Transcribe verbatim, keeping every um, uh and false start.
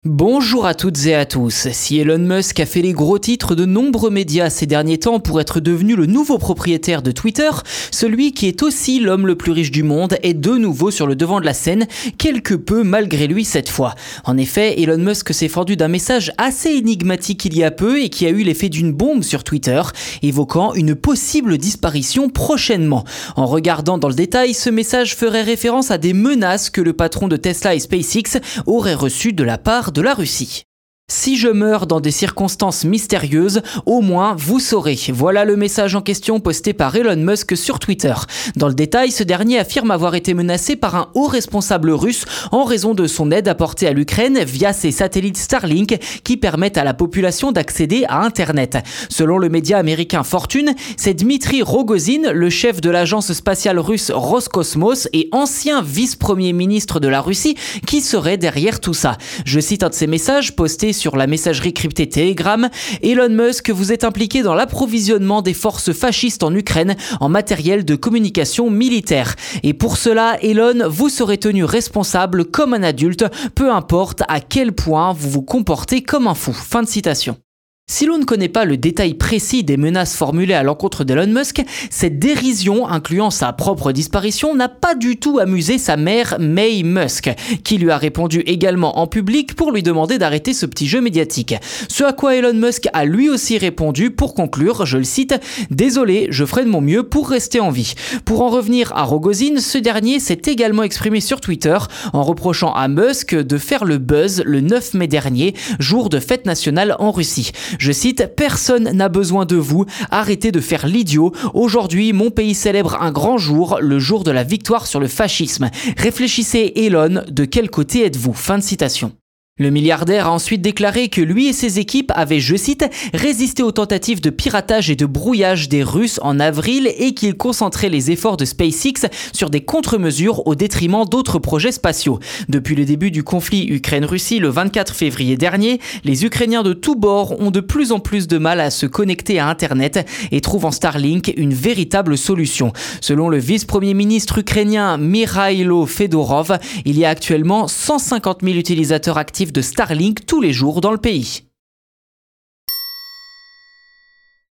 Bonjour à toutes et à tous. Si Elon Musk a fait les gros titres de nombreux médias ces derniers temps pour être devenu le nouveau propriétaire de Twitter, celui qui est aussi l'homme le plus riche du monde est de nouveau sur le devant de la scène, quelque peu malgré lui cette fois. En effet, Elon Musk s'est fendu d'un message assez énigmatique il y a peu et qui a eu l'effet d'une bombe sur Twitter, évoquant une possible disparition prochainement. En regardant dans le détail, ce message ferait référence à des menaces que le patron de Tesla et SpaceX aurait reçues de la part de la Russie. Si je meurs dans des circonstances mystérieuses, au moins vous saurez. Voilà le message en question posté par Elon Musk sur Twitter. Dans le détail, ce dernier affirme avoir été menacé par un haut responsable russe en raison de son aide apportée à l'Ukraine via ses satellites Starlink qui permettent à la population d'accéder à Internet. Selon le média américain Fortune, c'est Dmitri Rogozin, le chef de l'agence spatiale russe Roscosmos et ancien vice-premier ministre de la Russie, qui serait derrière tout ça. Je cite un de ses messages postés sur la messagerie cryptée Telegram, Elon Musk, vous êtes impliqué dans l'approvisionnement des forces fascistes en Ukraine en matériel de communication militaire. Et pour cela, Elon, vous serez tenu responsable comme un adulte, peu importe à quel point vous vous comportez comme un fou. Fin de citation. Si l'on ne connaît pas le détail précis des menaces formulées à l'encontre d'Elon Musk, cette dérision, incluant sa propre disparition, n'a pas du tout amusé sa mère May Musk, qui lui a répondu également en public pour lui demander d'arrêter ce petit jeu médiatique. Ce à quoi Elon Musk a lui aussi répondu pour conclure, je le cite, « Désolé, je ferai de mon mieux pour rester en vie ». Pour en revenir à Rogozin, ce dernier s'est également exprimé sur Twitter en reprochant à Musk de faire le buzz le neuf mai dernier, jour de fête nationale en Russie. Je cite, « Personne n'a besoin de vous, arrêtez de faire l'idiot. Aujourd'hui, mon pays célèbre un grand jour, le jour de la victoire sur le fascisme. Réfléchissez, Elon, de quel côté êtes-vous » Fin de citation. Le milliardaire a ensuite déclaré que lui et ses équipes avaient, je cite, « résisté aux tentatives de piratage et de brouillage des Russes en avril et qu'ils concentraient les efforts de SpaceX sur des contre-mesures au détriment d'autres projets spatiaux. Depuis le début du conflit Ukraine-Russie le vingt-quatre février dernier, les Ukrainiens de tous bords ont de plus en plus de mal à se connecter à Internet et trouvent en Starlink une véritable solution. Selon le vice-premier ministre ukrainien Mykhailo Fedorov, il y a actuellement cent cinquante mille utilisateurs actifs de Starlink tous les jours dans le pays.